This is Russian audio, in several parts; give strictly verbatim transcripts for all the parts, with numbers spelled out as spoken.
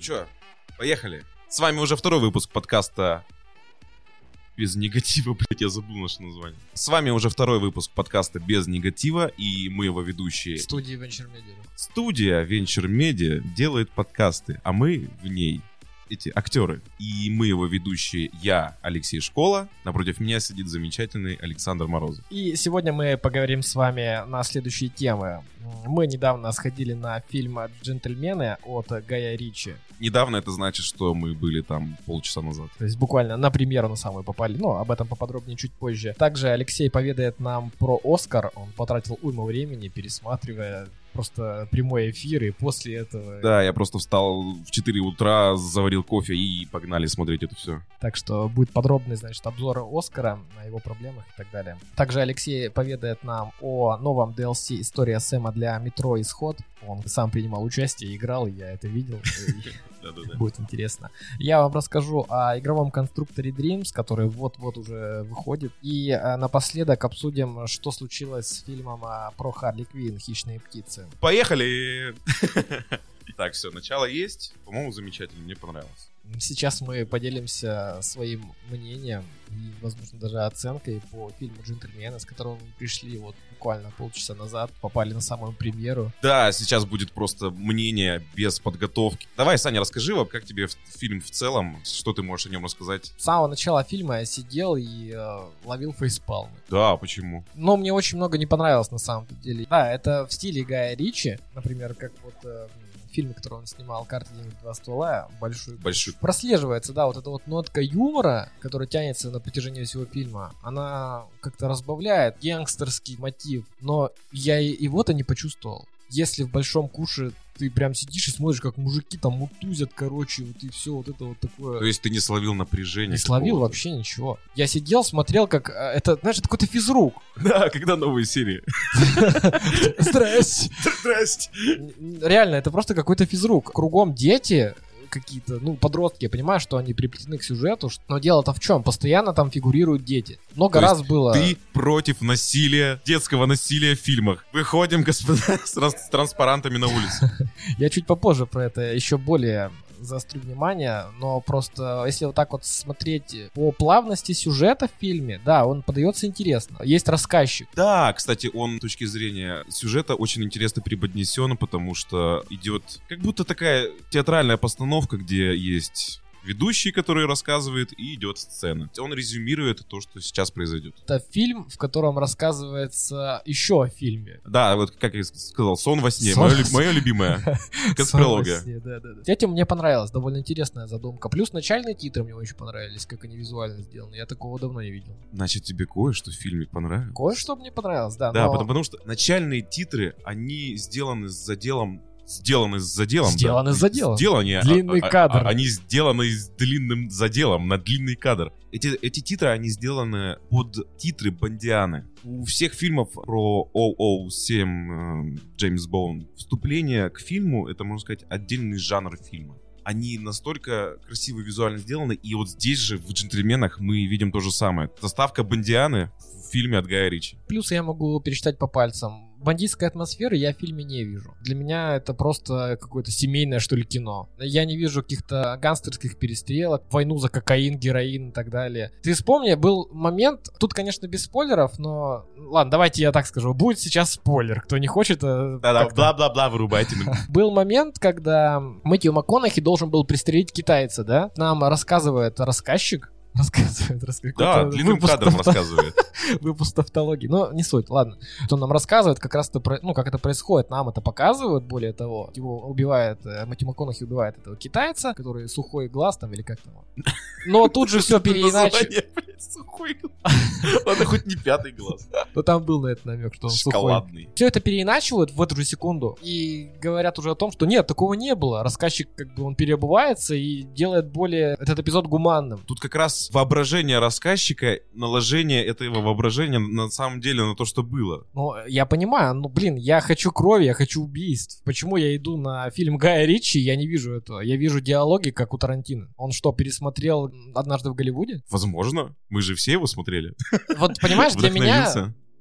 чё, поехали. С вами уже второй выпуск подкаста «Без негатива», блядь, я забыл наше название. С вами уже второй выпуск подкаста «Без негатива», и мы его ведущие. Студия Venture Media. Студия Venture Media делает подкасты, а мы в ней эти актеры. И мы его ведущие, я, Алексей Школа, напротив меня сидит замечательный Александр Морозов. И сегодня мы поговорим с вами на следующие темы. Мы недавно сходили на фильм «Джентльмены» от Гая Ричи. Недавно это значит, что мы были там полчаса назад. То есть буквально на премьеру на самую попали, но об этом поподробнее чуть позже. Также Алексей поведает нам про «Оскар». Он потратил уйму времени, пересматривая просто прямой эфир, и после этого... Да, я просто встал в четыре утра, заварил кофе и погнали смотреть это все. Так что будет подробный, значит, обзор «Оскара», о его проблемах и так далее. Также Алексей поведает нам о новом ди эл си «История Сэма» для «Метро Исход». Он сам принимал участие, играл, и я это видел. Будет интересно. Я вам расскажу о игровом конструкторе Dreams, который вот-вот уже выходит. И напоследок обсудим, что случилось с фильмом про Харли Квинн «Хищные птицы». Поехали! Так, все, начало есть. По-моему, замечательно, мне понравилось. Сейчас мы поделимся своим мнением и, возможно, даже оценкой по фильму «Джентльмены», с которым мы пришли вот буквально полчаса назад, попали на самую премьеру. Да, сейчас будет просто мнение без подготовки. Давай, Саня, расскажи, как тебе фильм в целом, что ты можешь о нем рассказать? С самого начала фильма я сидел и э, ловил фейспалмы. Да, почему? Но мне очень много не понравилось на самом деле. Да, это в стиле Гая Ричи, например, как вот... Э, фильме, который он снимал, «Карты, деньги, два ствола», большой, большой. Прослеживается, да, вот эта вот нотка юмора, которая тянется на протяжении всего фильма, она как-то разбавляет гангстерский мотив, но я и его-то не почувствовал. Если в «Большом куше» ты прям сидишь и смотришь, как мужики там мутузят, короче, вот и все вот это вот такое. То есть ты не словил напряжение? Не словил вообще ничего. Я сидел, смотрел, как это, знаешь, это какой-то физрук. Да, когда новые серии? Здрасте. Здрасте. Реально, это просто какой-то физрук. Кругом дети какие-то, ну, подростки, я понимаю, что они приплетены к сюжету, но дело-то в чем? Постоянно там фигурируют дети. Много раз было... Ты против насилия, детского насилия в фильмах. Выходим, господа, с транспарантами на улицу. Я чуть попозже про это еще более заострю внимание, но просто если вот так вот смотреть по плавности сюжета в фильме, да, он подается интересно. Есть рассказчик. Да, кстати, он с точки зрения сюжета очень интересно преподнесен, потому что идет как будто такая театральная постановка, где есть ведущий, который рассказывает, и идет сцена. Он резюмирует то, что сейчас произойдет. Это фильм, в котором рассказывается еще о фильме. Да, вот как я сказал, сон во сне. Мое, мое любимое. Конспирология. Да, да, да. Этим мне понравилось. Довольно интересная задумка. Плюс начальные титры мне очень понравились, как они визуально сделаны. Я такого давно не видел. Значит, тебе кое-что в фильме понравилось? Кое-что мне понравилось, да. Да, но... потому, потому что начальные титры, они сделаны с заделом Сделаны с заделом. Сделаны да. с заделом. Сделаны, длинный а, кадр. А, а, они сделаны с длинным заделом на длинный кадр. Эти, эти титры, они сделаны под титры Бондианы. У всех фильмов про дабль ю семь э, Джеймс Бонд вступление к фильму, это, можно сказать, отдельный жанр фильма. Они настолько красиво визуально сделаны, и вот здесь же, в «Джентльменах», мы видим то же самое. Заставка Бондианы в фильме от Гая Ричи. Плюс я могу пересчитать по пальцам. Бандитской атмосферы я в фильме не вижу. Для меня это просто какое-то семейное, что ли, кино. Я не вижу каких-то гангстерских перестрелок, войну за кокаин, героин и так далее. Ты вспомни, был момент, тут, конечно, без спойлеров, но... Ладно, давайте я так скажу. Будет сейчас спойлер. Кто не хочет... Да-да, бла-бла-бла, вырубайте. Был момент, когда Мэтью МакКонахи должен был пристрелить китайца, да? Нам рассказывает рассказчик, Рассказывает, рассказывает. Да, длинным кадром рассказывает. Выпуск тавтологии. Но не суть, ладно. Он нам рассказывает, как раз это, ну, как это происходит. Нам это показывают, более того. Его убивает, Мэтью МакКонахи убивает этого китайца, который сухой глаз там, или как там. Но тут же все переиначено. Сухой глаз. Ладно, хоть не пятый глаз. Но там был на это намек, что он шоколадный. Все это переиначивают в эту же секунду. И говорят уже о том, что нет, такого не было. Рассказчик, как бы, он переобувается и делает более этот эпизод гуманным. Тут как раз воображение рассказчика, наложение этого воображения на самом деле на то, что было. Ну, я понимаю, ну, блин, я хочу крови, я хочу убийств. Почему я иду на фильм Гая Ричи, я не вижу этого. Я вижу диалоги, как у Тарантино. Он что, пересмотрел «Однажды в Голливуде»? Возможно. Мы же все его смотрели. Вот, понимаешь, для меня...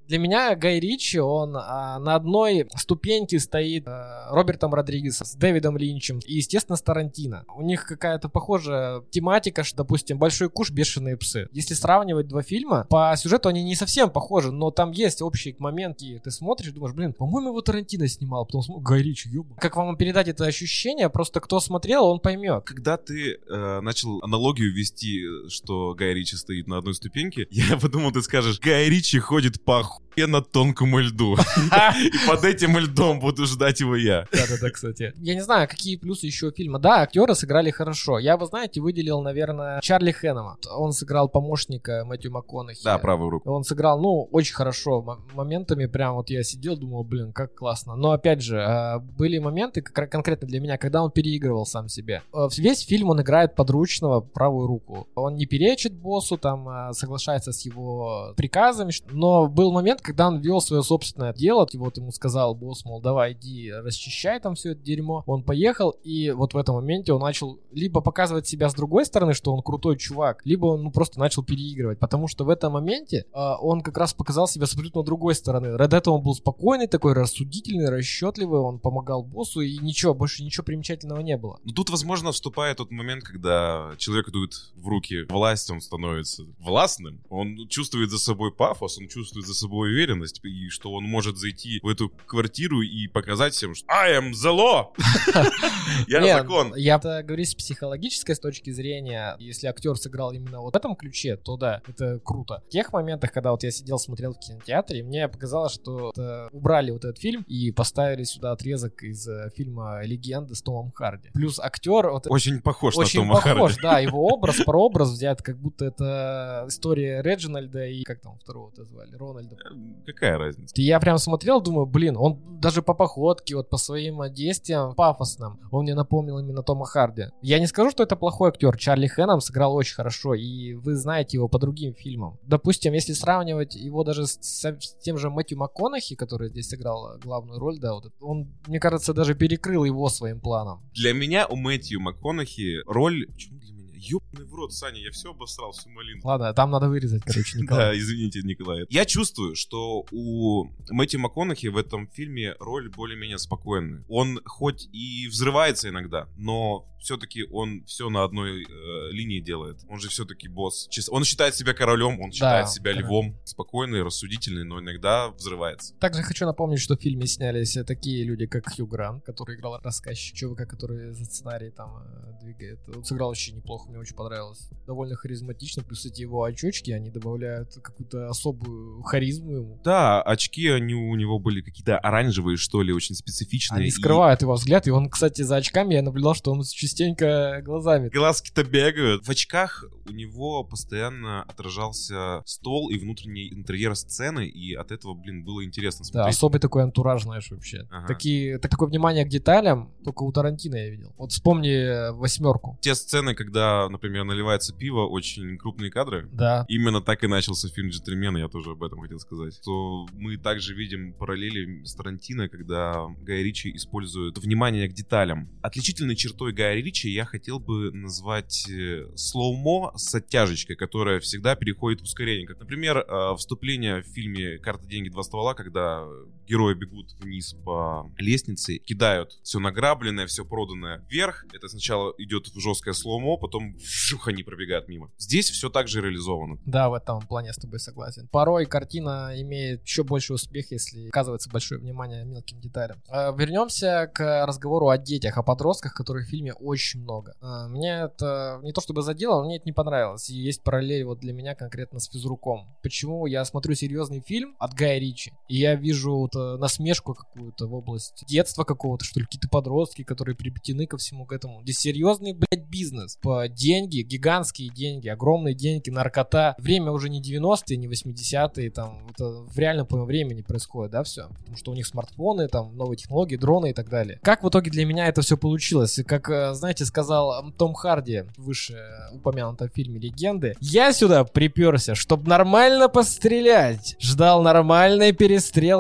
Для меня Гай Ричи, он а, на одной ступеньке стоит а, Робертом Родригесом, с Дэвидом Линчем и, естественно, с Тарантино. У них какая-то похожая тематика, что, допустим, «Большой куш», «Бешеные псы». Если сравнивать два фильма, по сюжету они не совсем похожи, но там есть общие моменты. Ты смотришь и думаешь, блин, по-моему, его Тарантино снимал, потом смотришь, Гай Ричи, ёба. Как вам передать это ощущение? Просто кто смотрел, он поймет. Когда ты э, начал аналогию вести, что Гай Ричи стоит на одной ступеньке, я подумал, ты скажешь, Гай Ричи ходит по охуенно тонкому льду. И под этим льдом буду ждать его я. Да-да-да, кстати. Я не знаю, какие плюсы еще у фильма. Да, актеры сыграли хорошо. Я бы, знаете, выделил, наверное, Чарли Хэннема. Он сыграл помощника Мэтью МакКонахи. Да, правую руку. Он сыграл, ну, очень хорошо. Моментами прям вот я сидел, думал, блин, как классно. Но, опять же, были моменты, конкретно для меня, когда он переигрывал сам себе. Весь фильм он играет подручного правую руку. Он не перечит боссу, там, соглашается с его приказами. Но был момент, когда он вел свое собственное дело. И вот ему сказал босс, мол, давай, иди, расчищай там все это дерьмо. Он поехал, и вот в этом моменте он начал либо показывать себя с другой стороны, что он крутой чувак, либо он ну, просто начал переигрывать. Потому что в этом моменте э, он как раз показал себя с абсолютно другой стороны. До этого он был спокойный, такой рассудительный, расчетливый, он помогал боссу, и ничего, больше ничего примечательного не было. Но тут, возможно, вступает тот момент, когда человек идет в руки власть, он становится властным, он чувствует за собой пафос, он чувствует за собой уверенность, и что он может зайти в эту квартиру и показать всем, что I am the law! Я закон! Я говорю с психологической точки зрения, если актер сыграл именно вот в этом ключе, то да, это круто. В тех моментах, когда вот я сидел, смотрел в кинотеатре, мне показалось, что убрали вот этот фильм и поставили сюда отрезок из фильма «Легенды» с Томом Харди. Плюс актер... Вот, очень похож очень на Тома Харди. Очень похож, да, его образ, прообраз взят, как будто это история Реджинальда и как там второго-то звали, Рональда. Какая разница? И я прям смотрел, думаю, блин, он даже по походке, вот по своим действиям пафосным, он мне напомнил именно Тома Харди. Я не скажу, что это плохой актер, Чарли Хэннем сыграл очень хорошо, и вы знаете его по другим фильмам. Допустим, если сравнивать его даже с, с тем же Мэтью МакКонахи, который здесь сыграл главную роль, да, вот он, мне кажется, даже перекрыл его своим планом. Для меня у Мэтью МакКонахи роль... Почему для меня? Ёбаный в рот, Саня, я все обосрал, всю малинку. Ладно, там надо вырезать, короче, Николай. Да, извините, Николай. Я чувствую, что у Мэтью МакКонахи в этом фильме роль более-менее спокойная. Он хоть и взрывается иногда, но все-таки он все на одной э, линии делает. Он же все-таки босс. Он считает себя королем, он считает да, себя король. Львом. Спокойный, рассудительный, но иногда взрывается. Также хочу напомнить, что в фильме снялись такие люди, как Хью Грант, который играл рассказчик, чувака, который за сценарий там э, двигает. Он сыграл вообще неплохо, мне очень понравилось. Довольно харизматично, плюс эти его очечки, они добавляют какую-то особую харизму ему. Да, очки, они у него были какие-то оранжевые, что ли, очень специфичные. Они скрывают и... его взгляд, и он, кстати, за очками я наблюдал, что он частенько глазами. Глазки-то бегают. В очках у него постоянно отражался стол и внутренний интерьер сцены, и от этого, блин, было интересно смотреть. Да, особый такой антураж, знаешь, вообще. Ага. Такие, так, такое внимание к деталям только у Тарантино я видел. Вот вспомни «Восьмерку». Те сцены, когда, например, наливается пиво, очень крупные кадры. Да. Именно так и начался фильм «Джентльмены», я тоже об этом хотел сказать. То мы также видим параллели с Тарантино, когда Гай Ричи использует внимание к деталям. Отличительной чертой Гая Ричи я хотел бы назвать слоумо с оттяжечкой, которая всегда переходит в ускорение. Как, например, вступление в фильме «Карта, деньги, два ствола», когда герои бегут вниз по лестнице, кидают все награбленное, все проданное вверх. Это сначала идет в жесткое слоумо, потом вжух, они пробегают мимо. Здесь все так же реализовано. Да, в этом плане с тобой согласен. Порой картина имеет еще больше успех, если оказывается большое внимание мелким деталям. Вернемся к разговору о детях, о подростках, которых в фильме очень много. Мне это не то чтобы задело, но мне это не понравилось. И есть параллель вот для меня конкретно с «Физруком». Почему я смотрю серьезный фильм от Гая Ричи, и я вижу вот насмешку какую-то в область детства какого-то, что ли, какие-то подростки, которые приплетены ко всему к этому. Здесь серьезный, блядь, бизнес. По деньги, гигантские деньги, огромные деньги, наркота. Время уже не девяностые, не восьмидесятые, там, это в реальном времени происходит, да, все. Потому что у них смартфоны, там, новые технологии, дроны и так далее. Как в итоге для меня это все получилось? Как, знаете, сказал Том Харди в выше упомянутом фильме «Легенды», я сюда приперся, чтобы нормально пострелять. Ждал нормальной перестрелки с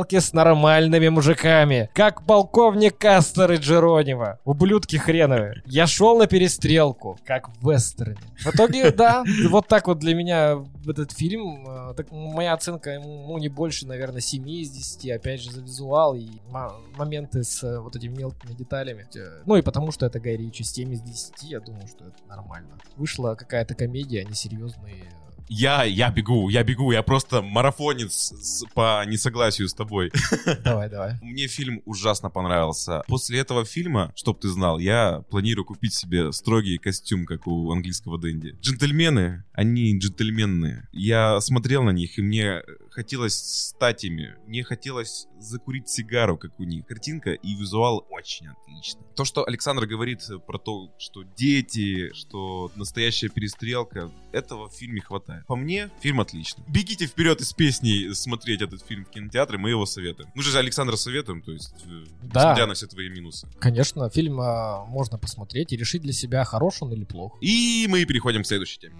нормальными мужиками, как полковник Кастер и Джеронимо, ублюдки хреновые. Я шел на перестрелку, как в вестерне. В итоге, да, вот так вот для меня этот фильм, так, моя оценка ему ну, не больше, наверное, семь из десяти, опять же, за визуал и м- моменты с вот этими мелкими деталями. Ну и потому, что это Гай Ричи, семь из десяти, я думаю, что это нормально. Вышла какая-то комедия, а не серьезные... Я, я бегу, я бегу, я просто марафонец с, по несогласию с тобой. Давай, давай. Мне фильм ужасно понравился. После этого фильма, чтоб ты знал, я планирую купить себе строгий костюм, как у английского Дэнди. Джентльмены, они джентльменные. Я смотрел на них, и мне хотелось стать ими. Мне хотелось закурить сигару, как у них. Картинка и визуал очень отличный. То, что Александр говорит про то, что дети, что настоящая перестрелка, этого в фильме хватает. По мне, фильм отличный. Бегите вперед из песней смотреть этот фильм в кинотеатре, мы его советуем. Мы же Александра советуем, то есть, да. Несмотря на все твои минусы. Конечно, фильм а, можно посмотреть и решить для себя, хорош он или плох. И мы переходим к следующей теме.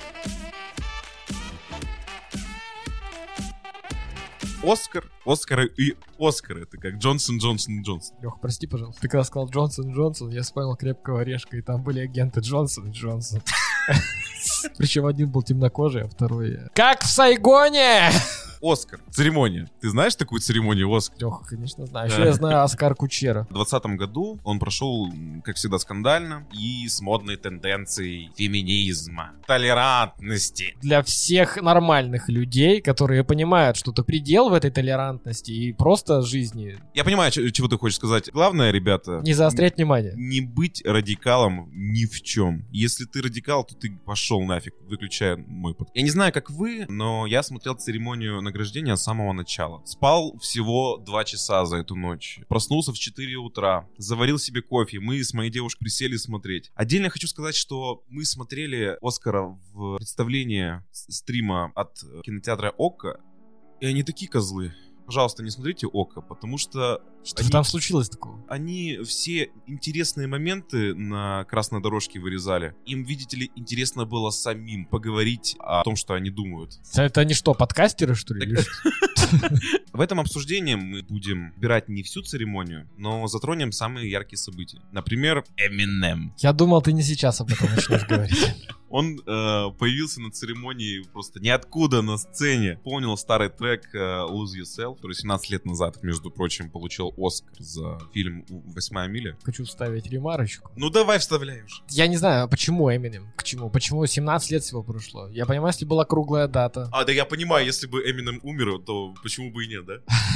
Оскар, Оскары и Оскары. Это как Джонсон, Джонсон, Джонсон. Лех, прости, пожалуйста. Ты когда сказал Джонсон, Джонсон, я вспомнил Крепкого орешка, и там были агенты Джонсон и Джонсон. Причем один был темнокожий, а второй... Как в Сайгоне! Оскар. Церемония. Ты знаешь такую церемонию Оскар? Леха, конечно, знаю. Еще я знаю Оскар Кучера. В двадцатом году он прошел, как всегда, скандально и с модной тенденцией феминизма, толерантности. Для всех нормальных людей, которые понимают, что-то предел в этой толерантности и просто жизни. Я понимаю, ч- чего ты хочешь сказать. Главное, ребята... Не заострять внимание. Не быть радикалом ни в чем. Если ты радикал, то ты пошел нафиг, выключая мой подкаст. Я не знаю, как вы, но я смотрел церемонию награждения с самого начала. Спал всего два часа за эту ночь. Проснулся в четыре утра. Заварил себе кофе. Мы с моей девушкой присели смотреть. Отдельно хочу сказать, что мы смотрели Оскара в представлении стрима от кинотеатра Ока. И они такие козлы. Пожалуйста, не смотрите Ока, потому что... Что они, там случилось такого? Они все интересные моменты на красной дорожке вырезали. Им, видите ли, интересно было самим поговорить о том, что они думают. Это они что, подкастеры, что ли? Или что? В этом обсуждении мы будем убирать не всю церемонию, но затронем самые яркие события. Например, Eminem. Я думал, ты не сейчас об этом начнешь говорить. Он э, появился на церемонии просто ниоткуда на сцене. Помнил старый трек э, Lose Yourself, который семнадцать лет назад, между прочим, получил Оскар за фильм «Восьмая миля». Хочу вставить ремарочку. Ну давай вставляй уже. Я не знаю, почему Eminem? К чему? Почему семнадцать лет всего прошло? Я понимаю, если была круглая дата. А, да я понимаю, если бы Eminem умер, то почему бы и нет, да?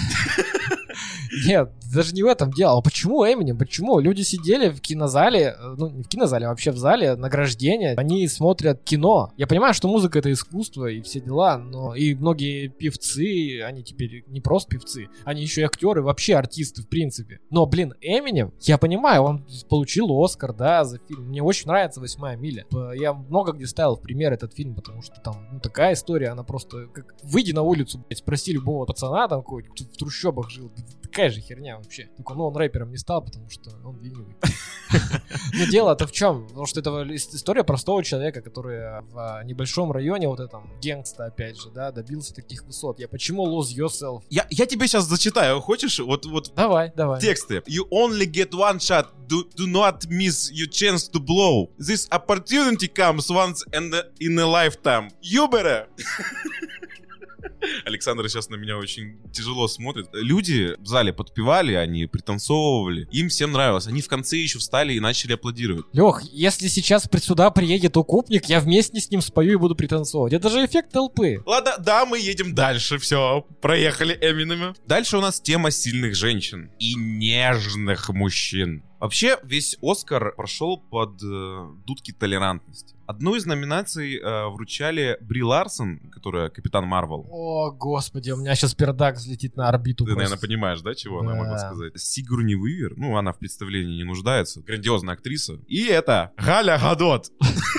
Нет, даже не в этом дело. А почему Eminem? Почему? Люди сидели в кинозале, ну не в кинозале, а вообще в зале, награждения. Они смотрят кино. Я понимаю, что музыка — это искусство и все дела, но и многие певцы, они теперь не просто певцы, они еще и актеры, вообще артисты в принципе. Но, блин, Eminem, я понимаю, он получил Оскар, да, за фильм. Мне очень нравится «Восьмая миля». Я много где ставил в пример этот фильм, потому что там ну, такая история, она просто как... Выйди на улицу, блядь, спроси любого пацана там какой-то, в трущобах жил. Такая же херня вообще. Только, ну, он рэпером не стал, потому что он ленивый. Но дело-то в чем? Потому что это история простого человека, который в небольшом районе, вот этом гангста, опять же, да, добился таких высот. Я почему lose yourself? Я, я тебе сейчас зачитаю, хочешь? Вот, вот давай, давай. Тексты. You only get one shot. Do, do not miss your chance to blow. This opportunity comes once and in a lifetime. You better. Александр сейчас на меня очень тяжело смотрит. Люди в зале подпевали, они пританцовывали. Им всем нравилось. Они в конце еще встали и начали аплодировать. Лех, если сейчас сюда приедет укупник, я вместе с ним спою и буду пританцовывать. Это же эффект толпы. Ладно, да, мы едем дальше. Все, проехали Эминема. Дальше у нас тема сильных женщин и нежных мужчин. Вообще, весь Оскар прошел под э, дудки толерантности. Одну из номинаций э, вручали Бри Ларсон, которая Капитан Марвел. О, господи, у меня сейчас пердак взлетит на орбиту. Ты, просто. наверное, понимаешь, да, чего да. она могла сказать? Сигурни Уивер, ну, она в представлении не нуждается. Грандиозная актриса. И это Галя Гадот.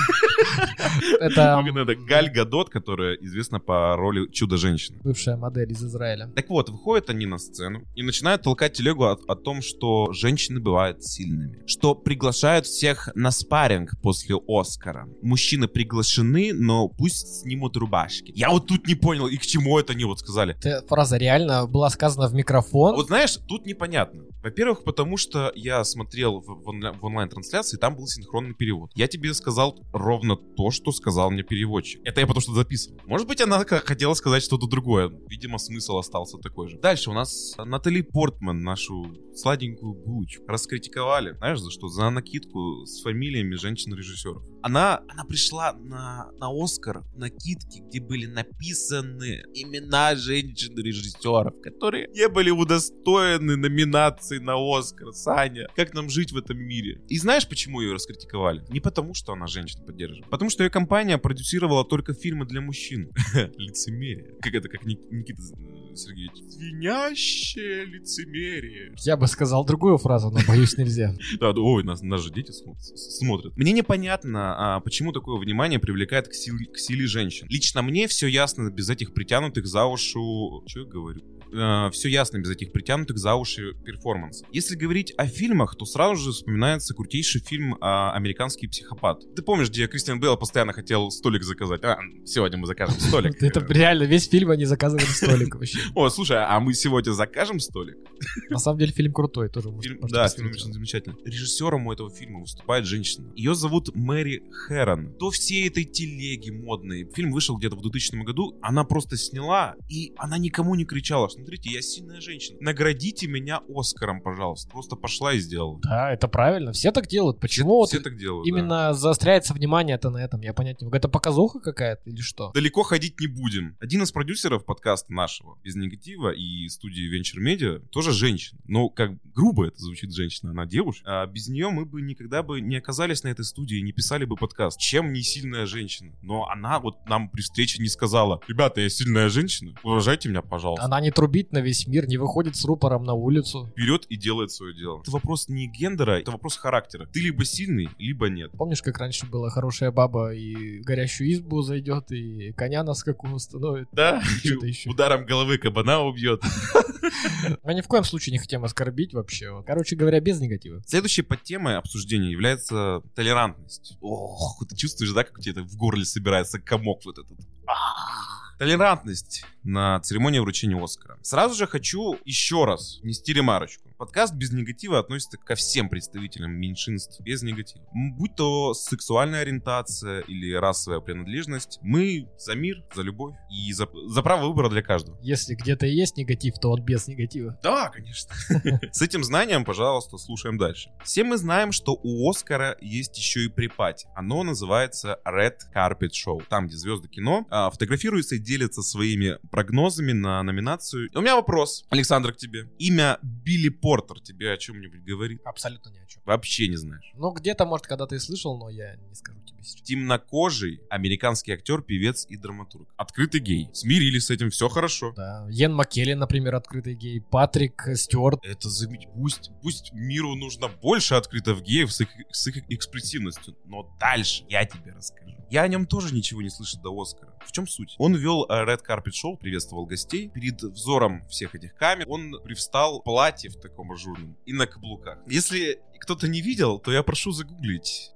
Это Галь Гадот, которая известна по роли Чудо-женщины. Бывшая модель из Израиля. Так вот, выходят они на сцену и начинают толкать телегу о, о том, что женщины бывают сильными. Что приглашают всех на спарринг после Оскара. мужчины приглашены, но пусть снимут рубашки. Я вот тут не понял, и к чему это они вот сказали. Эта фраза реально была сказана в микрофон? Вот знаешь, тут непонятно. Во-первых, потому что я смотрел в, в, онля- в онлайн-трансляции, там был синхронный перевод. Я тебе сказал ровно то, что сказал мне переводчик. Это я потому что записывал. Может быть, она хотела сказать что-то другое. Видимо, смысл остался такой же. Дальше у нас Натали Портман, нашу сладенькую булочку, раскритиковали. Знаешь, за что? За накидку с фамилиями женщин-режиссеров. Она, она пришла на, на Оскар в накидке, где были написаны имена женщин-режиссеров, которые не были удостоены номинации на Оскар. Саня, как нам жить в этом мире? И знаешь, почему ее раскритиковали? Не потому, что она женщин поддерживает. Потому что ее компания продюсировала только фильмы для мужчин. Лицемерие. Как это, как Никита Сергеевич? Звенящее лицемерие. Я бы сказал другую фразу, но боюсь, нельзя. Да, ой, нас, нас же дети смотрят. Мне непонятно, а почему такое внимание привлекает к силе, к силе женщин. Лично мне все ясно без этих притянутых за уши... Что я говорю? Uh, все ясно без этих притянутых за уши перформансов. Если говорить о фильмах, то сразу же вспоминается крутейший фильм uh, «Американский психопат». Ты помнишь, где Кристиан Бейл постоянно хотел столик заказать? А, сегодня мы закажем столик. Это реально, весь фильм они заказывали столик вообще. О, слушай, а мы сегодня закажем столик? На самом деле фильм крутой тоже. Да, фильм очень замечательный. Режиссером у этого фильма выступает женщина. Ее зовут Мэри Хэрон. До всей этой телеги модной. Фильм вышел где-то в двухтысячном году. Она просто сняла, и она никому не кричала, что смотрите, я сильная женщина. Наградите меня Оскаром, пожалуйста. Просто пошла и сделала. Да, это правильно. Все так делают. Почему все, вот все так делают, именно да. заостряется внимание-то на этом? Я понять не могу. Это показуха какая-то или что? Далеко ходить не будем. Один из продюсеров подкаста нашего «Без негатива» и студии Venture Media тоже женщина. Но как грубо это звучит, женщина, она девушка. А без нее мы бы никогда бы не оказались на этой студии и не писали бы подкаст. Чем не сильная женщина? Но она вот нам при встрече не сказала: ребята, я сильная женщина, уважайте меня, пожалуйста. Она не трубит на весь мир, не выходит с рупором на улицу. Вперед и делает свое дело. Это вопрос не гендера, это вопрос характера. Ты либо сильный, либо нет. Помнишь, как раньше была хорошая баба и в горящую избу зайдет, и коня на скаку установит? Да, что-то еще. Ударом головы кабана убьет. Мы ни в коем случае не хотим оскорбить вообще. Короче говоря, без негатива. Следующей подтемой обсуждения является толерантность. Ох, ты чувствуешь, да, как у тебя в горле собирается комок вот этот? Толерантность на церемонии вручения Оскара. Сразу же хочу еще раз внести ремарочку. Подкаст «Без негатива» относится ко всем представителям меньшинств без негатива. Будь то сексуальная ориентация или расовая принадлежность, мы за мир, за любовь и за, за право выбора для каждого. Если где-то и есть негатив, то он без негатива. Да, конечно. С этим знанием, пожалуйста, слушаем дальше. Все мы знаем, что у Оскара есть еще и припати. Оно называется Red Carpet Show. Там, где звезды кино фотографируются и делятся своими прогнозами на номинацию. И у меня вопрос, Александр, к тебе. Имя Билли Портер тебе о чем-нибудь говорит? Абсолютно ни о чем. Вообще не знаешь. Ну, где-то, может, когда-то и слышал, но я не скажу тебе сейчас. Темнокожий американский актер, певец и драматург. Открытый гей. Смирились с этим, все хорошо. Да. Йен Маккеллен, например, открытый гей. Патрик Стюарт. Это заметь. Пусть, пусть миру нужно больше открытых геев с их, с их экспрессивностью. Но дальше я тебе расскажу. Я о нем тоже ничего не слышал до Оскара. В чем суть? Он вел Red Carpet Show, приветствовал гостей. Перед взором всех этих камер он привстал в платье в таком ажурном и на каблуках. Если кто-то не видел, то я прошу загуглить.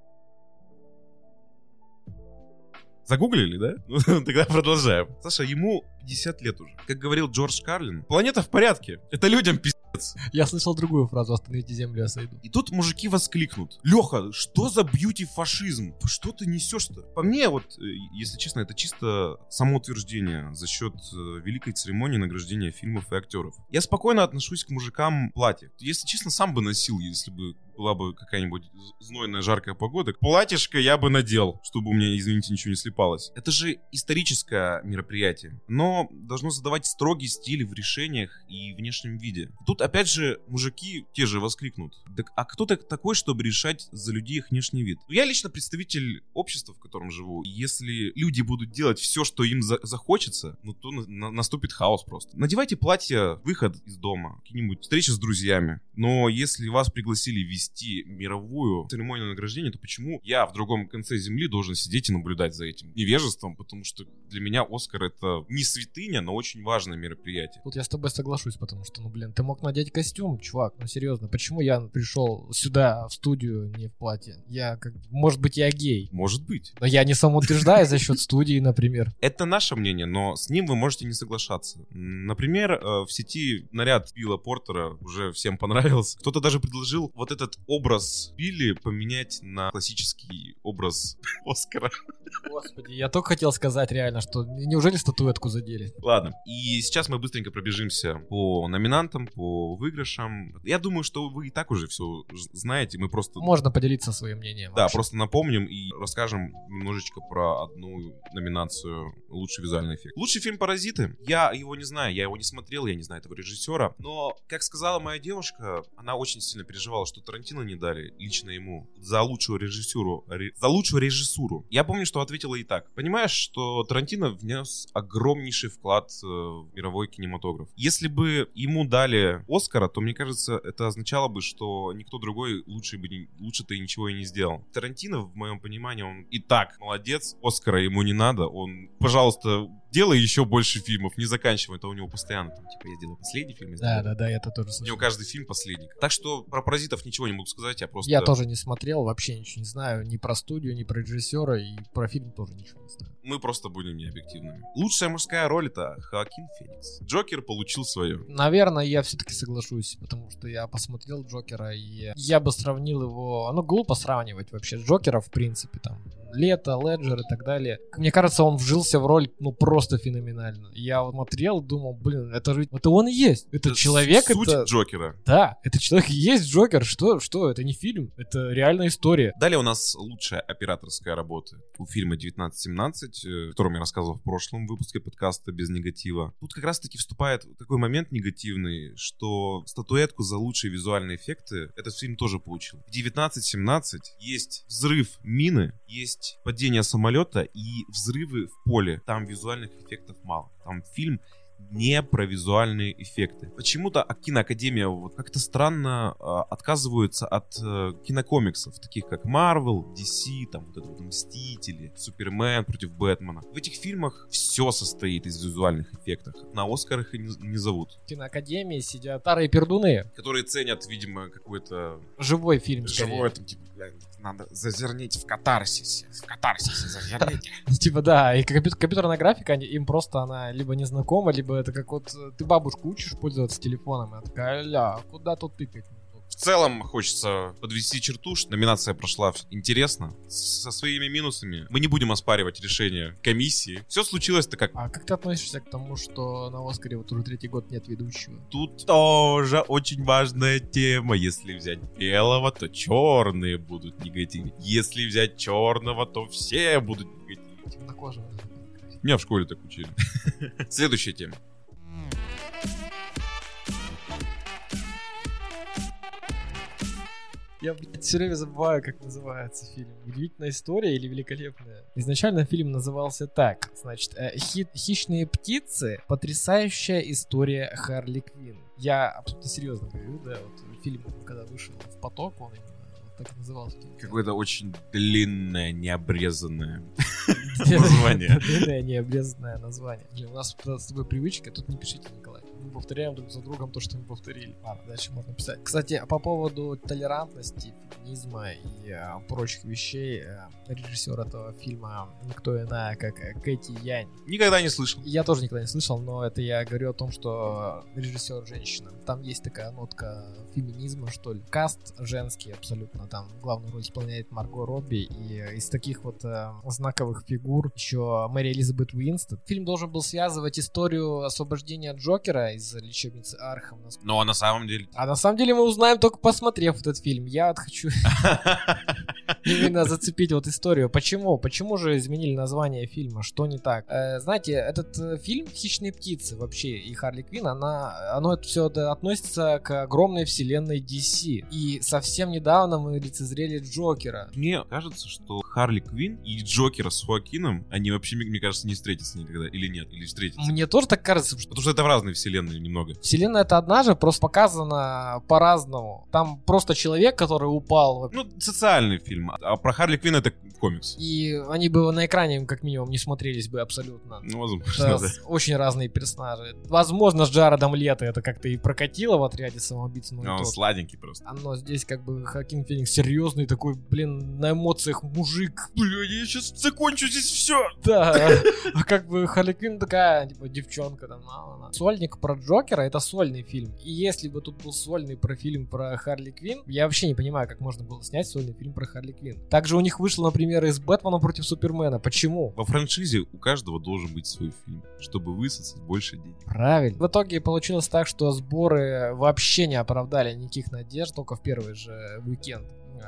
Загуглили, да? Ну, тогда продолжаем. Саша, ему пятьдесят лет уже. Как говорил Джордж Карлин, планета в порядке. Это людям пиздец. Я слышал другую фразу: остановите землю, я сойду. И тут мужики воскликнут: Леха, что за бьюти-фашизм? Что ты несешь-то? По мне, вот, если честно, это чисто самоутверждение за счет великой церемонии награждения фильмов и актеров. Я спокойно отношусь к мужикам в платье. Если честно, сам бы носил, если бы была бы какая-нибудь знойная, жаркая погода. Платьишко я бы надел, чтобы у меня, извините, ничего не слипалось. Это же историческое мероприятие. Но должно задавать строгий стиль в решениях и внешнем виде. Тут, опять же, мужики те же воскликнут: так, а кто ты такой, чтобы решать за людей их внешний вид? Я лично представитель общества, в котором живу. Если люди будут делать все, что им за- захочется, ну то на- на- наступит хаос просто. Надевайте платье, выход из дома, какие-нибудь встречи с друзьями. Но если вас пригласили вести вести мировую церемонию награждения, то почему я в другом конце земли должен сидеть и наблюдать за этим невежеством? Потому что для меня Оскар — это не святыня, но очень важное мероприятие. Тут я с тобой соглашусь, потому что, ну, блин, ты мог надеть костюм, чувак, ну, серьезно. Почему я пришел сюда, в студию, не в платье? Я, как, может быть, я гей. Может быть. Но я не самоутверждаю за счет студии, например. Это наше мнение, но с ним вы можете не соглашаться. Например, в сети наряд Билла Портера уже всем понравился. Кто-то даже предложил вот этот образ Билли поменять на классический образ Оскара. Господи, я только хотел сказать реально, что неужели статуэтку задели? Ладно, и сейчас мы быстренько пробежимся по номинантам, по выигрышам. Я думаю, что вы и так уже все знаете, мы просто... Можно поделиться своим мнением. Да, вообще. просто напомним и расскажем немножечко про одну номинацию «Лучший визуальный эффект». Лучший фильм «Паразиты». Я его не знаю, я его не смотрел, я не знаю этого режиссера. Но, как сказала моя девушка, она очень сильно переживала, что Тарантино не дали лично ему за лучшую режиссуру. Ре... За лучшую режиссуру. Я помню, что ответила и так. Понимаешь, что Тарантино внес огромнейший вклад в мировой кинематограф. Если бы ему дали Оскара, то, мне кажется, это означало бы, что никто другой лучше бы не... лучше-то и ничего и не сделал. Тарантино, в моем понимании, он и так молодец. Оскара ему не надо. Он, пожалуйста, делай еще больше фильмов, не заканчивай. Это у него постоянно, там, типа, я делаю последний фильм. Я да, да, да, это тоже слышал. У него каждый фильм последний. Так что про «Паразитов» ничего не могу сказать, я просто... Я тоже не смотрел, вообще ничего не знаю. Ни про студию, ни про режиссера, и про фильм тоже ничего не знаю. Мы просто будем необъективными. Лучшая мужская роль — это Хоакин Феникс. Джокер получил свое. Наверное, я все-таки соглашусь, потому что я посмотрел Джокера, и я бы сравнил его... Ну, глупо сравнивать вообще Джокера, в принципе, там, Лето, Леджер и так далее. Мне кажется, он вжился в роль, ну, просто феноменально. Я вот смотрел, думал, блин, это же... Это он и есть. Это, это человек, суть это... Джокера. Да, это человек и есть Джокер. Что? Что? Это не фильм, это реальная история. Далее у нас лучшая операторская работа у фильма девятнадцать семнадцать, о котором я рассказывал в прошлом выпуске подкаста «Без негатива». Тут как раз-таки вступает такой момент негативный, что статуэтку за лучшие визуальные эффекты этот фильм тоже получил. В девятнадцать семнадцать есть взрыв мины, есть падение самолета и взрывы в поле. Там визуальных эффектов мало. Там фильм не про визуальные эффекты. Почему-то киноакадемия вот как-то странно э, отказывается от э, кинокомиксов, таких как Marvel, ди си, там вот это вот Мстители, Супермен против Бэтмена. В этих фильмах все состоит из визуальных эффектов. На Оскар их и не, не зовут. В киноакадемии сидят старые пердуны, которые ценят, видимо, какой-то... Живой фильм, Живой, там, типа, надо зазернить в катарсисе. В катарсисе зазерните. Типа, да, и компьютерная графика, им просто она либо не знакома, либо это как вот ты бабушку учишь пользоваться телефоном, и она такая, ля, куда тут тыкать? В целом хочется подвести черту, что номинация прошла интересно, со своими минусами. Мы не будем оспаривать решение комиссии. Все случилось-то как... А как ты относишься к тому, что на Оскаре вот уже третий год нет ведущего? Тут тоже очень важная тема. Если взять белого, то черные будут негативны. Если взять черного, то все будут негативны. Темнокожего. Меня в школе так учили. Следующая тема. Я, блядь, все время забываю, как называется фильм. «Удивительная история» или «Великолепная». Изначально фильм назывался так. Значит, хи- «Хищные птицы. Потрясающая история Харли Квинн». Я абсолютно серьезно говорю, да, вот фильм, когда вышел в поток, он именно вот так и назывался. Какое-то очень длинное, необрезанное название. Длинное, необрезанное название. У нас с тобой привычка, тут не пишите, Николай. Мы повторяем друг за другом то, что мы повторили. Ладно, дальше можно писать. Кстати, по поводу толерантности, феминизма и а, прочих вещей, а, режиссер этого фильма никто иная, как Кэти Янь. Никогда не слышал. Я тоже никогда не слышал, но это я говорю о том, что режиссер женщина. Там есть такая нотка феминизма, что ли. Каст женский абсолютно. Там главную роль исполняет Марго Робби. И из таких вот э, знаковых фигур еще Мэри Элизабет Уинстон. Фильм должен был связывать историю освобождения Джокера из лечебницы Архам. Ну, а на самом деле... А на самом деле мы узнаем только посмотрев этот фильм. Я вот хочу... именно зацепить вот историю. Почему? Почему же изменили название фильма? Что не так? Э, знаете, этот э, фильм «Хищные птицы» вообще и Харли Квинн, она, оно это все это относится к огромной вселенной ди си. И совсем недавно мы лицезрели Джокера. Мне кажется, что Харли Квинн и Джокера с Хоакином, они вообще, мне кажется, не встретятся никогда. Или нет? Или встретятся? Мне тоже так кажется. Что... Потому что это в разные вселенные немного. Вселенная это одна же, просто показана по-разному. Там просто человек, который упал. Ну, социальный фильм. А про Харли Квинн это комикс. И они бы на экране, как минимум, не смотрелись бы абсолютно. Ну, возможно, да. да. Очень разные персонажи. Возможно, с Джаредом Лето это как-то и прокатило в «Отряде самоубийц». Но он сладенький просто. Оно здесь как бы Хоакин Феникс серьезный такой, блин, на эмоциях мужик. Бля, я сейчас закончу здесь все. Да. А как бы Харли Квинн такая, типа, девчонка там. Сольник про Джокера — это сольный фильм. И если бы тут был сольный про фильм про Харли Квинн, я вообще не понимаю, как можно было снять сольный фильм про Харли Квинн. Также у них вышло, например, из «Бэтмена против Супермена». Почему? Во франшизе у каждого должен быть свой фильм, чтобы высосать больше денег. Правильно. В итоге получилось так, что сборы вообще не оправдали никаких надежд, только в первый же уикенд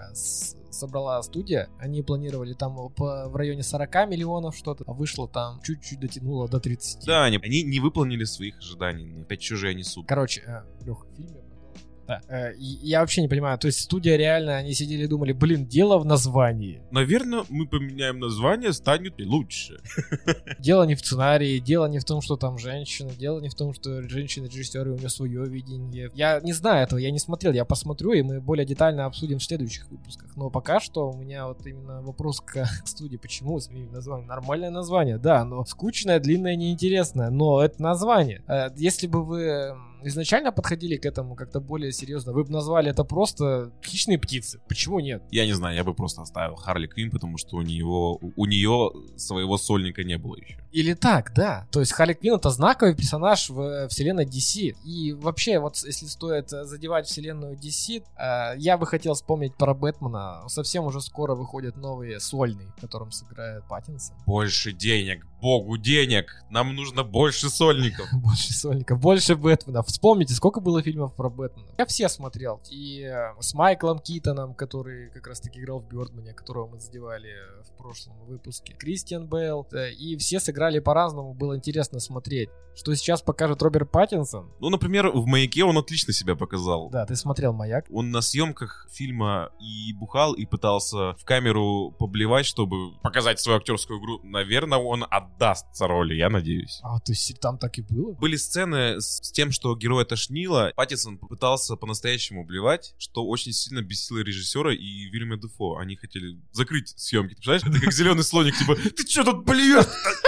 собрала студия. Они планировали там по, в районе сорок миллионов что-то, а вышло там чуть-чуть дотянуло до тридцати. Да, они, они не выполнили своих ожиданий. Опять чужие несут. Короче, э, Леха, в фильме. Да. Э, и, я вообще не понимаю, то есть студия реально, они сидели и думали, блин, дело в названии. Наверное, мы поменяем название, станет лучше. Дело не в сценарии, дело не в том, что там женщина, дело не в том, что женщина-режиссер, у нее свое видение. Я не знаю этого, я не смотрел, я посмотрю, и мы более детально обсудим в следующих выпусках. Но пока что у меня вот именно вопрос к студии, почему сменили название. Нормальное название, да, но скучное, длинное, неинтересное, но это название. Э, если бы вы изначально подходили к этому как-то более серьезно, вы бы назвали это просто «Хищные птицы». Почему нет? Я не знаю, я бы просто оставил Харли Квинн, потому что у нее, у нее своего сольника не было еще. Или так, да. То есть Харли Квинн — это знаковый персонаж в вселенной ди си. И вообще, вот если стоит задевать вселенную ди си, э, я бы хотел вспомнить про Бэтмена. Совсем уже скоро выходит новый сольный, в котором сыграет Паттинсон. Больше денег, богу денег. Нам нужно больше сольников. Больше сольников, больше Бэтмена. Вспомните, сколько было фильмов про Бэтмена. Я все смотрел. И э, с Майклом Китоном, который как раз-таки играл в Бёрдмане, которого мы задевали в прошлом выпуске. Кристиан Бейл. Э, и все сыграли по-разному. Было интересно смотреть. Что сейчас покажет Роберт Паттинсон? Ну, например, в «Маяке» он отлично себя показал. Да, ты смотрел «Маяк». Он на съемках фильма и бухал, и пытался в камеру поблевать, чтобы показать свою актерскую игру. Наверное, он отдастся роли, я надеюсь. А, то есть там так и было? Были сцены с, с тем, что героя тошнило. Паттинсон пытался по-настоящему блевать, что очень сильно бесило режиссера и Вильяма Дефо. Они хотели закрыть съемки. Ты представляешь? Это как зеленый слоник, типа, ты что тут блюешь?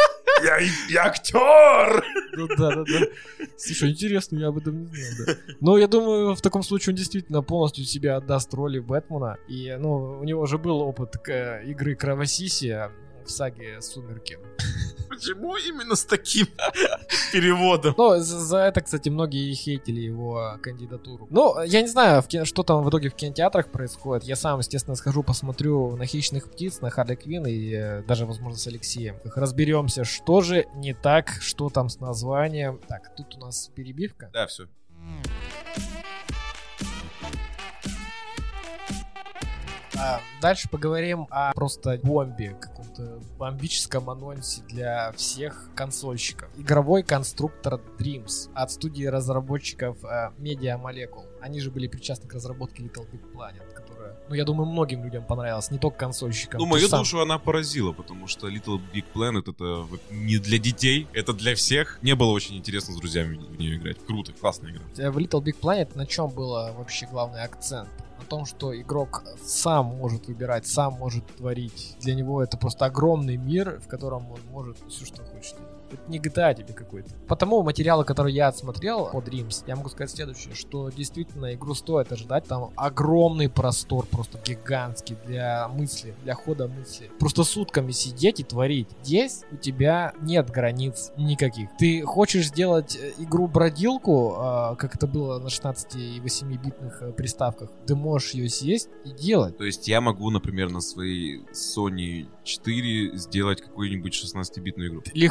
Я, я актер! Ну да, да, да. Слушай, интересно, я об этом не знал, да. Но я думаю, в таком случае он действительно полностью себя отдаст роли Бэтмена. И, ну, у него уже был опыт к, игры Кровосиси в саге «Сумерки». Почему именно с таким переводом? Ну, за, за это, кстати, многие хейтили его кандидатуру. Ну, я не знаю, в кино, что там в итоге в кинотеатрах происходит. Я сам, естественно, схожу, посмотрю на «Хищных птиц», на Харли Квинн и э, даже, возможно, с Алексеем. Разберемся, что же не так, что там с названием. Так, тут у нас перебивка. Да, все. А дальше поговорим о просто бомбе, каком-то бомбическом анонсе для всех консольщиков. Игровой конструктор Dreams от студии разработчиков uh, Media Molecule. Они же были причастны к разработке Little Big Planet, которая, ну, я думаю, многим людям понравилась, не только консольщикам. Ну, мою сам... душу она поразила, потому что Little Big Planet — это не для детей, это для всех. Мне было очень интересно с друзьями в нее играть. Круто, классная игра. В Little Big Planet на чем был вообще главный акцент? На том, что игрок сам может выбирать, сам может творить. Для него это просто огромный мир, в котором он может все, что хочет. Это не джи ти эй тебе какой-то. Потому материалы, которые я отсмотрел по Dreams, я могу сказать следующее, что действительно игру стоит ожидать. Там огромный простор, просто гигантский для мысли, для хода мысли. Просто сутками сидеть и творить. Здесь у тебя нет границ никаких. Ты хочешь сделать игру-бродилку, как это было на шестнадцати и восьмибитных приставках, ты можешь ее съесть и делать. То есть я могу, например, на своей Sony четыре сделать какую-нибудь шестнадцатибитную игру? Легко.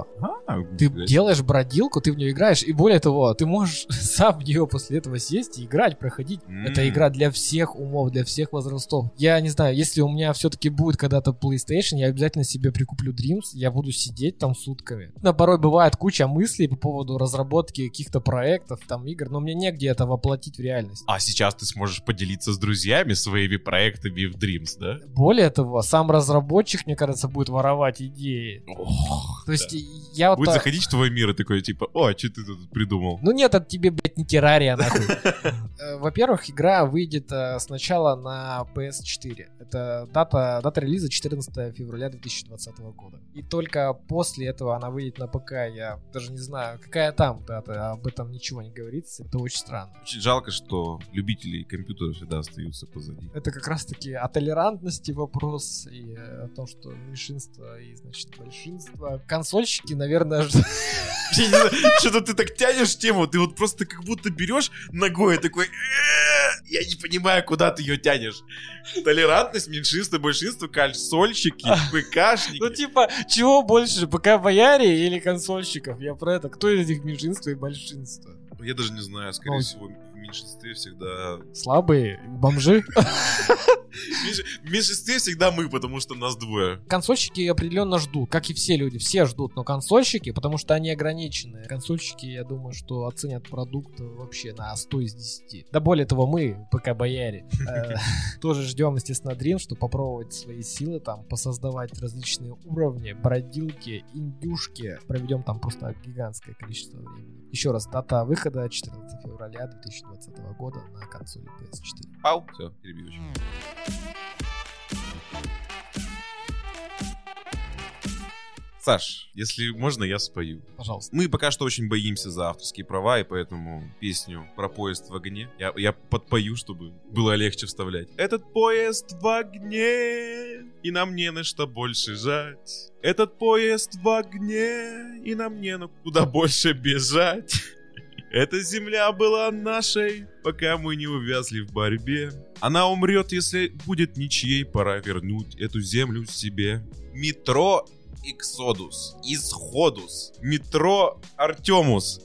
метро. А, Ты блядь. делаешь бродилку, ты в нее играешь, и более того, ты можешь сам в нее после этого сесть и играть, проходить. М. Это игра для всех умов, для всех возрастов. Я не знаю, если у меня все-таки будет когда-то PlayStation, я обязательно себе прикуплю Dreams, я буду сидеть там сутками. Но порой бывает куча мыслей по поводу разработки каких-то проектов, там, игр, но мне негде это воплотить в реальность. А сейчас ты сможешь поделиться с друзьями своими проектами в Dreams, да? Более того, сам разработчик, мне кажется, будет воровать идеи. Ох, То есть да. я вот... Будет так- заходить в твой мир и такой, типа, о, а что ты тут придумал? Ну нет, это тебе, блядь, не террария, нахуй. Э, Во-первых, игра выйдет э, сначала на пи эс четыре. Это дата, дата релиза четырнадцатого февраля две тысячи двадцатого года. И только после этого она выйдет на ПК. Я даже не знаю, какая там дата, об этом ничего не говорится. Это очень странно. Очень жалко, что любители компьютеров всегда остаются позади. Это как раз-таки о толерантности вопрос и э, о том, что меньшинство и, значит, большинство. Консольщики, наверное, ждут. Что-то ты так тянешь тему, ты вот просто как будто берешь ногой и такой, «Э, я не понимаю, куда ты ее тянешь. Толерантность, меньшинство, большинство, консольщики, Ну, ПКшники. типа, чего больше, ПК-бояре или консольщиков? Я про это. Кто из этих меньшинство и большинство? Я даже не знаю, скорее Ну. всего, в меньшинстве всегда... Слабые? Бомжи? В меньш- в меньшинстве всегда мы, потому что нас двое. Консольщики определенно ждут, как и все люди. Все ждут, но консольщики, потому что они ограничены. Консольщики, я думаю, что оценят продукт вообще на сто из десяти. Да более того, мы, ПК-бояре, э, тоже ждем, естественно, Dream, чтобы попробовать свои силы, там, посоздавать различные уровни, бродилки, индюшки. Проведем там просто гигантское количество времени. Еще раз, дата выхода четырнадцатого февраля две тысячи двадцатого года на консоли пи эс четыре. Пау. Все, перебьешь. Саш, если можно, я спою. Пожалуйста. Мы пока что очень боимся за авторские права, и поэтому песню про поезд в огне я, я подпою, чтобы было легче вставлять. Этот поезд в огне, и нам не на что больше жать. Этот поезд в огне, и нам не на куда больше бежать. Эта земля была нашей, пока мы не увязли в борьбе. Она умрет, если будет ничьей, пора вернуть эту землю себе. Метро Иксодус, Исходус, метро Артемус.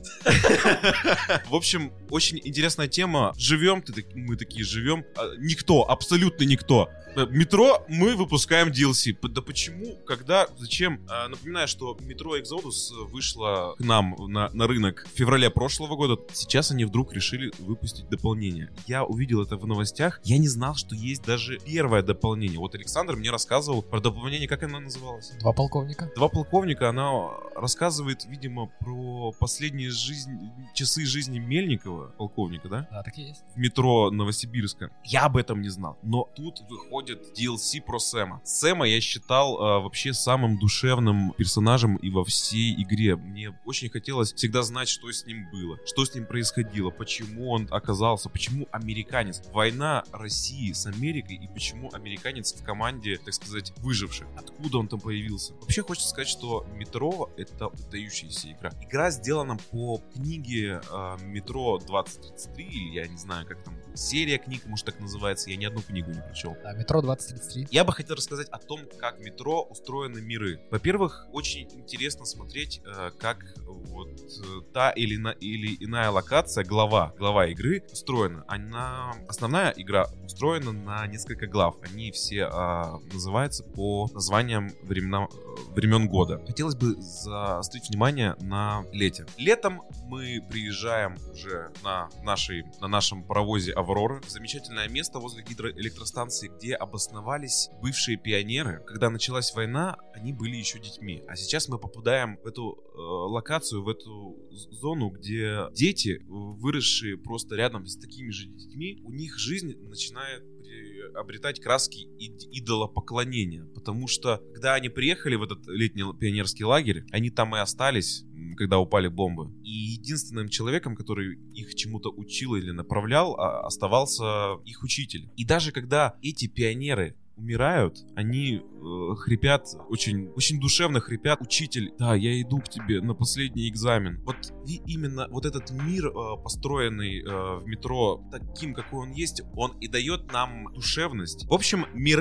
В общем, очень интересная тема. Живем, ты, так- мы такие живем. А, Никто, абсолютно никто. Э, Метро мы выпускаем ди эл си. П- Да почему, когда, зачем? А, Напоминаю, что метро Exodus вышло к нам на, на рынок в феврале прошлого года. Сейчас они вдруг решили выпустить дополнение. Я увидел это в новостях. Я не знал, что есть даже первое дополнение. Вот Александр мне рассказывал про дополнение, как оно называлось? Два полковника. Два полковника, она рассказывает, видимо, про последние жизнь, часы жизни Мельникова, полковника, да? Да, так и есть. В метро Новосибирска. Я об этом не знал. Но тут выходит ди эл си про Сэма. Сэма я считал а, вообще самым душевным персонажем и во всей игре. Мне очень хотелось всегда знать, что с ним было, что с ним происходило, почему он оказался, почему американец. Война России с Америкой, и почему американец в команде, так сказать, выживших. Откуда он там появился? Вообще хочется сказать, что Метро — это выдающаяся игра. Игра сделана по книге э, Метро двадцать тридцать три, или я не знаю, как там, серия книг, может так называется, я ни одну книгу не прочел. Да, метро двадцать тридцать три. Я бы хотел рассказать о том, как метро устроены миры. Во-первых, очень интересно смотреть, э, как вот э, та или, на, или иная локация, глава, глава игры устроена. Она, основная игра устроена на несколько глав. Они все э, называются по названиям времена, э, времен года. Хотелось бы заострить внимание на лете. Летом мы приезжаем уже на, нашей, на нашем паровозе Аврора. Замечательное место возле гидроэлектростанции, где обосновались бывшие пионеры. Когда началась война, они были еще детьми. А сейчас мы попадаем в эту э, локацию, в эту зону, где дети, выросшие просто рядом с такими же детьми, у них жизнь начинает обретать краски идолопоклонения. Потому что, когда они приехали в этот летний пионерский лагерь, они там и остались, когда упали бомбы. И единственным человеком, который их чему-то учил или направлял, оставался их учитель. И даже когда эти пионеры умирают, они э, хрипят, очень, очень душевно хрипят: «Учитель, да, я иду к тебе на последний экзамен». Вот и именно вот этот мир, э, построенный э, в метро таким, какой он есть, он и дает нам душевность. В общем, миры,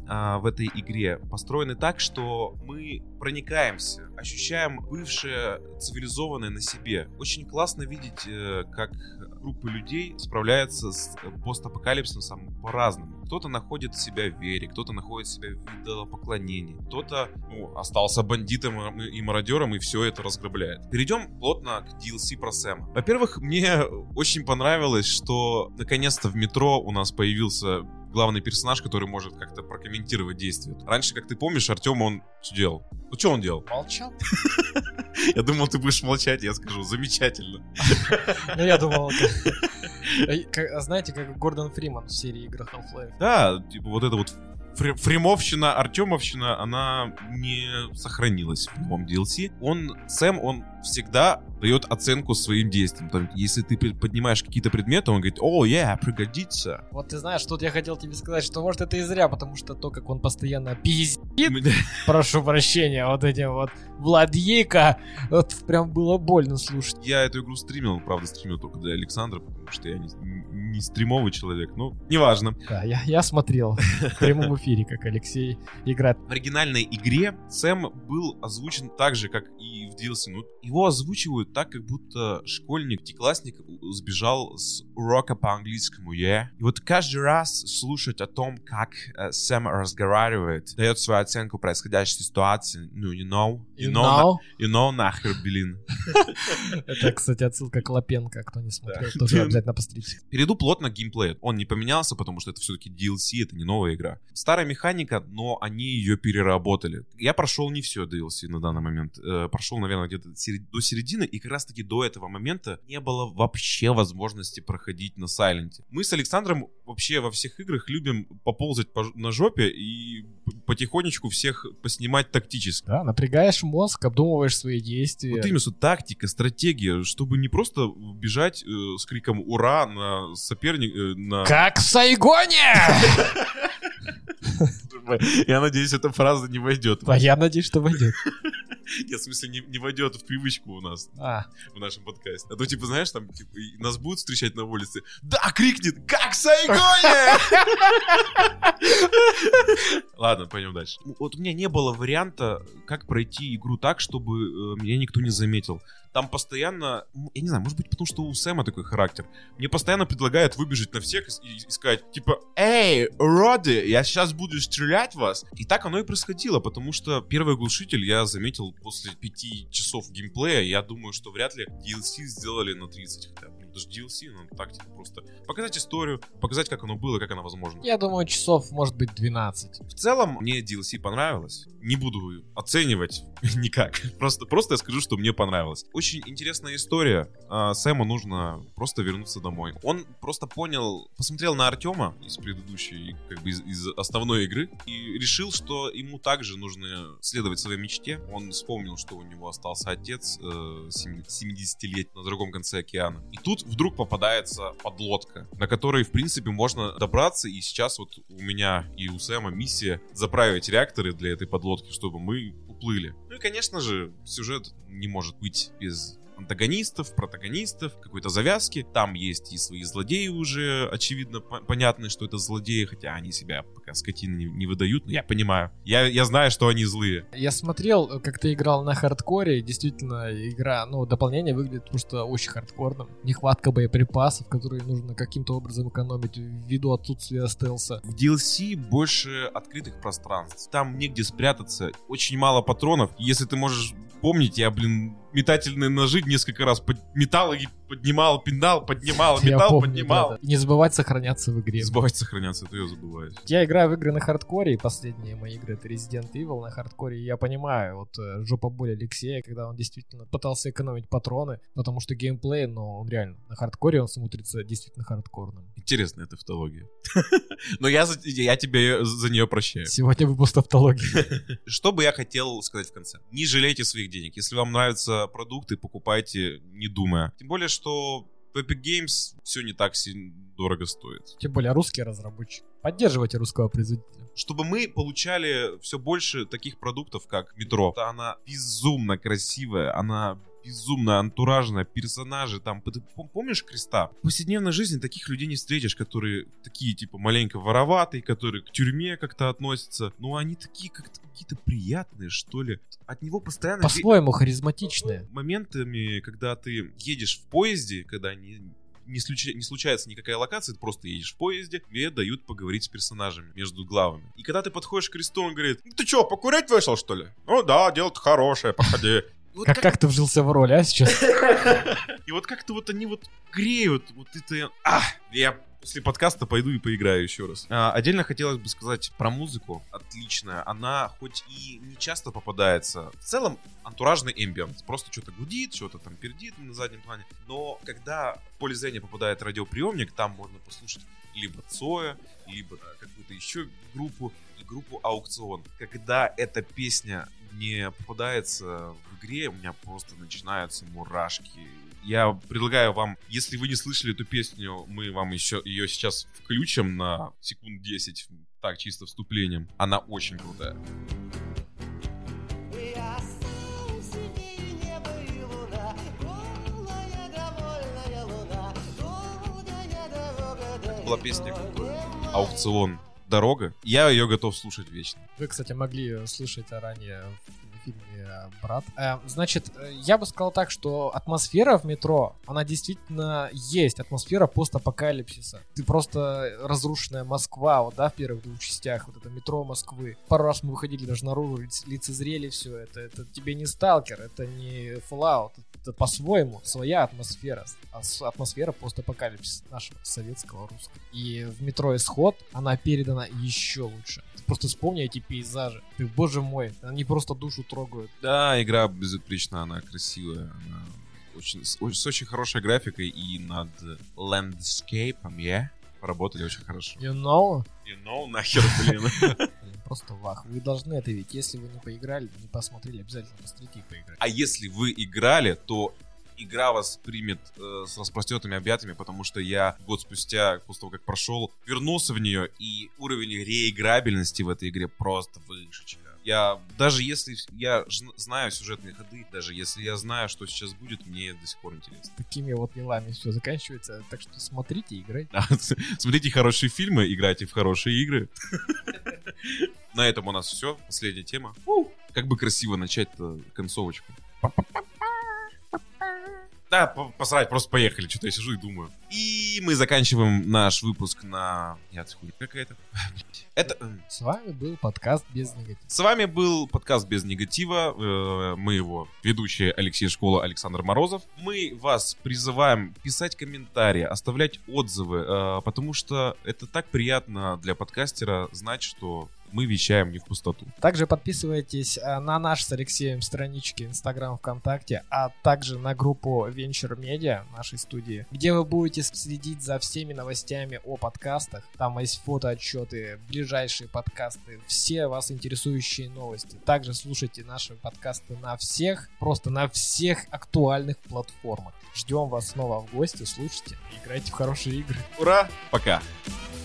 а, в этой игре построены так, что мы проникаемся, ощущаем бывшее цивилизованное на себе. Очень классно видеть, э, как группы людей справляются с постапокалипсисом по-разному. Кто-то находит себя в вере, кто-то находит себя в идолопоклонении, кто-то ну, остался бандитом и мародером и все это разграбляет. Перейдем плотно к ди эл си про Сэма. Во-первых, мне очень понравилось, что наконец-то в метро у нас появился главный персонаж, который может как-то прокомментировать действия. Раньше, как ты помнишь, Артем, он что делал? Ну, что он делал? Молчал. Я думал, ты будешь молчать, я скажу, замечательно. Ну, я думал, знаете, как Гордон Фриман в серии игр Half-Life. Да, типа вот это вот фримовщина, артемовщина, она не сохранилась в новом ди эл си. Он, Сэм, он всегда дает оценку своим действиям. Там, если ты поднимаешь какие-то предметы, он говорит: о, yeah, пригодится. Вот ты знаешь, тут я хотел тебе сказать, что может это и зря, потому что то, как он постоянно пиздит, прошу прощения, вот этим вот владейка, вот прям было больно слушать. Я эту игру стримил, правда, стримил только для Александра, потому что я не, не стримовый человек, ну, неважно. Да, я, я смотрел в прямом эфире, как Алексей играет. В оригинальной игре Сэм был озвучен так же, как и в ди эл си. Ну, его озвучивают так, как будто школьник, пятиклассник сбежал с урока по английскому, yeah? И вот каждый раз слушать о том, как э, Сэм разговаривает, дает свою оценку происходящей ситуации, ну, you know, you, You know, know? На, you know нахер, блин. Это, кстати, отсылка к Лапенко, кто не смотрел, тоже обязательно посмотрите. Перейду плотно к геймплею. Он не поменялся, потому что это все-таки ди эл си, это не новая игра. Старая механика, но они ее переработали. Я прошел не все ди эл си на данный момент. Э, прошел, наверное, где-то до середины, и как раз-таки до этого момента не было вообще возможности проходить на сайленте. Мы с Александром вообще во всех играх любим поползать по, на жопе и потихонечку всех поснимать тактически. Да, напрягаешь мозг, обдумываешь свои действия. Вот именно, что тактика, стратегия, чтобы не просто бежать э, с криком «Ура!» на соперника... Э, на... Как в Сайгоне! Я надеюсь, эта фраза не войдет. А я надеюсь, что войдет. Нет, в смысле, не, не войдет в привычку у нас а. в нашем подкасте. А то, типа, знаешь, там, типа, нас будут встречать на улице. Да, крикнет, как в Сайгоне! Ладно, пойдем дальше. Вот у меня не было варианта, как пройти игру так, чтобы э, меня никто не заметил. Там постоянно, я не знаю, может быть, потому что у Сэма такой характер. Мне постоянно предлагают выбежать на всех и, и сказать, типа, эй, уроды, я сейчас буду стрелять в вас. И так оно и происходило, потому что первый глушитель я заметил после пяти часов геймплея. Я думаю, что вряд ли ди эл си сделали на тридцать хотя бы. Даже ди эл си, ну так, типа, просто показать историю, показать, как оно было, как оно возможно. Я думаю, часов, может быть, двенадцать. В целом, мне ди эл си понравилось. Не буду оценивать никак. Просто, просто я скажу, что мне понравилось. Очень интересная история. Сэму нужно просто вернуться домой. Он просто понял, посмотрел на Артема из предыдущей, как бы из, из основной игры, и решил, что ему также нужно следовать своей мечте. Он вспомнил, что у него остался отец э, семидесятилетний на другом конце океана. И тут вдруг попадается подлодка, на которой, в принципе, можно добраться. И сейчас вот у меня и у Сэма миссия заправить реакторы для этой подлодки, чтобы мы уплыли. Ну и, конечно же, сюжет не может быть без антагонистов, протагонистов, какой-то завязки. Там есть и свои злодеи уже, очевидно, по- понятно, что это злодеи, хотя они себя пока скотины не, не выдают, но я понимаю. Я, я знаю, что они злые. Я смотрел, как ты играл на хардкоре, и действительно, игра, ну, дополнение выглядит просто очень хардкорным. Нехватка боеприпасов, которые нужно каким-то образом экономить ввиду отсутствия стелса. В ди эл си больше открытых пространств. Там негде спрятаться, очень мало патронов. Если ты можешь помнить, я, блин, метательные ножи несколько раз под... металл и поднимал, пинал, поднимал, Я металл, помню, поднимал. да, да. И не забывать сохраняться в игре. Не забывать сохраняться, это я забываю. Я играю в игры на хардкоре, и последние мои игры — это Resident Evil на хардкоре, и я понимаю, вот э, жопа боли Алексея, когда он действительно пытался экономить патроны, потому что геймплей, ну, он реально, на хардкоре он смотрится действительно хардкорным. Интересная тавтология. Но я, за, я тебе за нее прощаю. Сегодня выпуск тавтологии. Что бы я хотел сказать в конце? Не жалейте своих денег. Если вам нравятся продукты, покупайте, не думая. Тем более, что в Epic Games все не так сильно дорого стоит. Тем более русский разработчик. Поддерживайте русского производителя. Чтобы мы получали все больше таких продуктов, как Метро. Она безумно красивая, она безумно антуражно, персонажи там. Ты помнишь Креста? В повседневной жизни таких людей не встретишь, которые такие, типа, маленько вороватые, которые к тюрьме как-то относятся. Но они такие как-то какие-то приятные, что ли. От него постоянно... По-своему харизматичные. Моментами, когда ты едешь в поезде, когда не... Не, случай, не случается никакая локация, ты просто едешь в поезде, тебе дают поговорить с персонажами между главами. И когда ты подходишь к Кресту, он говорит: ну ты чё, покурить вышел, что ли? Ну да, дело-то хорошее, походи. Вот как, как... как ты вжился в роль, а, сейчас? И вот как-то вот они вот греют, вот это... А, я после подкаста пойду и поиграю еще раз. А, отдельно хотелось бы сказать про музыку. Отличная. Она хоть и не часто попадается. В целом, антуражный эмбиент. Просто что-то гудит, что-то там пердит на заднем плане. Но когда в поле зрения попадает радиоприемник, там можно послушать либо Цоя, либо какую-то еще группу, и группу Аукцион. Когда эта песня не попадается в игре, у меня просто начинаются мурашки. Я предлагаю вам, если вы не слышали эту песню, мы вам еще ее сейчас включим на секунд десять, так, чисто вступлением. Она очень крутая. Это была песня Аукцион. Дорога. Я ее готов слушать вечно. Вы, кстати, могли слышать ранее в фильме «Брат». Э, значит, я бы сказал так, что атмосфера в метро, она действительно есть. Атмосфера постапокалипсиса. Ты просто разрушенная Москва, вот, да, в первых двух частях, вот это метро Москвы. Пару раз мы выходили даже наружу, лиц- лицезрели все это. Это тебе не Сталкер, это не Fallout. Это по-своему своя атмосфера. Атмосфера постапокалипсиса нашего советского, русского. И в метро Исход она передана еще лучше. Ты просто вспомни эти пейзажи. Ты, боже мой, они просто душу трогают. Да, игра безупречна, она красивая. Она очень, с, с очень хорошей графикой, и над ландскейпом, yeah, поработали очень хорошо. You know? You know, нахер, блин. Просто вах. Вы должны это видеть. Если вы не поиграли, не посмотрели, обязательно посмотрите и поиграйте. А если вы играли, то игра вас примет э, с распростертыми объятиями, потому что я год спустя, после того, как прошел, вернулся в нее, и уровень реиграбельности в этой игре просто вышечка. Я, даже если я ж, знаю сюжетные ходы, даже если я знаю, что сейчас будет, мне до сих пор интересно. Такими вот делами все заканчивается, так что смотрите и играйте. Смотрите хорошие фильмы, играйте в хорошие игры. На этом у нас все. Последняя тема. Как бы красиво начать-то концовочку. Да, посрать, просто поехали. Что-то я сижу и думаю. И мы заканчиваем наш выпуск на... Нет, хуйня какая-то. Это... С вами был подкаст без негатива. С вами был подкаст без негатива. Мы его ведущие Алексей Школа, Александр Морозов. Мы вас призываем писать комментарии, оставлять отзывы, потому что это так приятно для подкастера знать, что мы вещаем не в пустоту. Также подписывайтесь на наши с Алексеем странички Инстаграм, ВКонтакте, а также на группу Venture Media нашей студии, где вы будете следить за всеми новостями о подкастах. Там есть фотоотчеты, ближайшие подкасты, все вас интересующие новости. Также слушайте наши подкасты на всех, просто на всех актуальных платформах. Ждем вас снова в гости, слушайте и играйте в хорошие игры. Ура! Пока!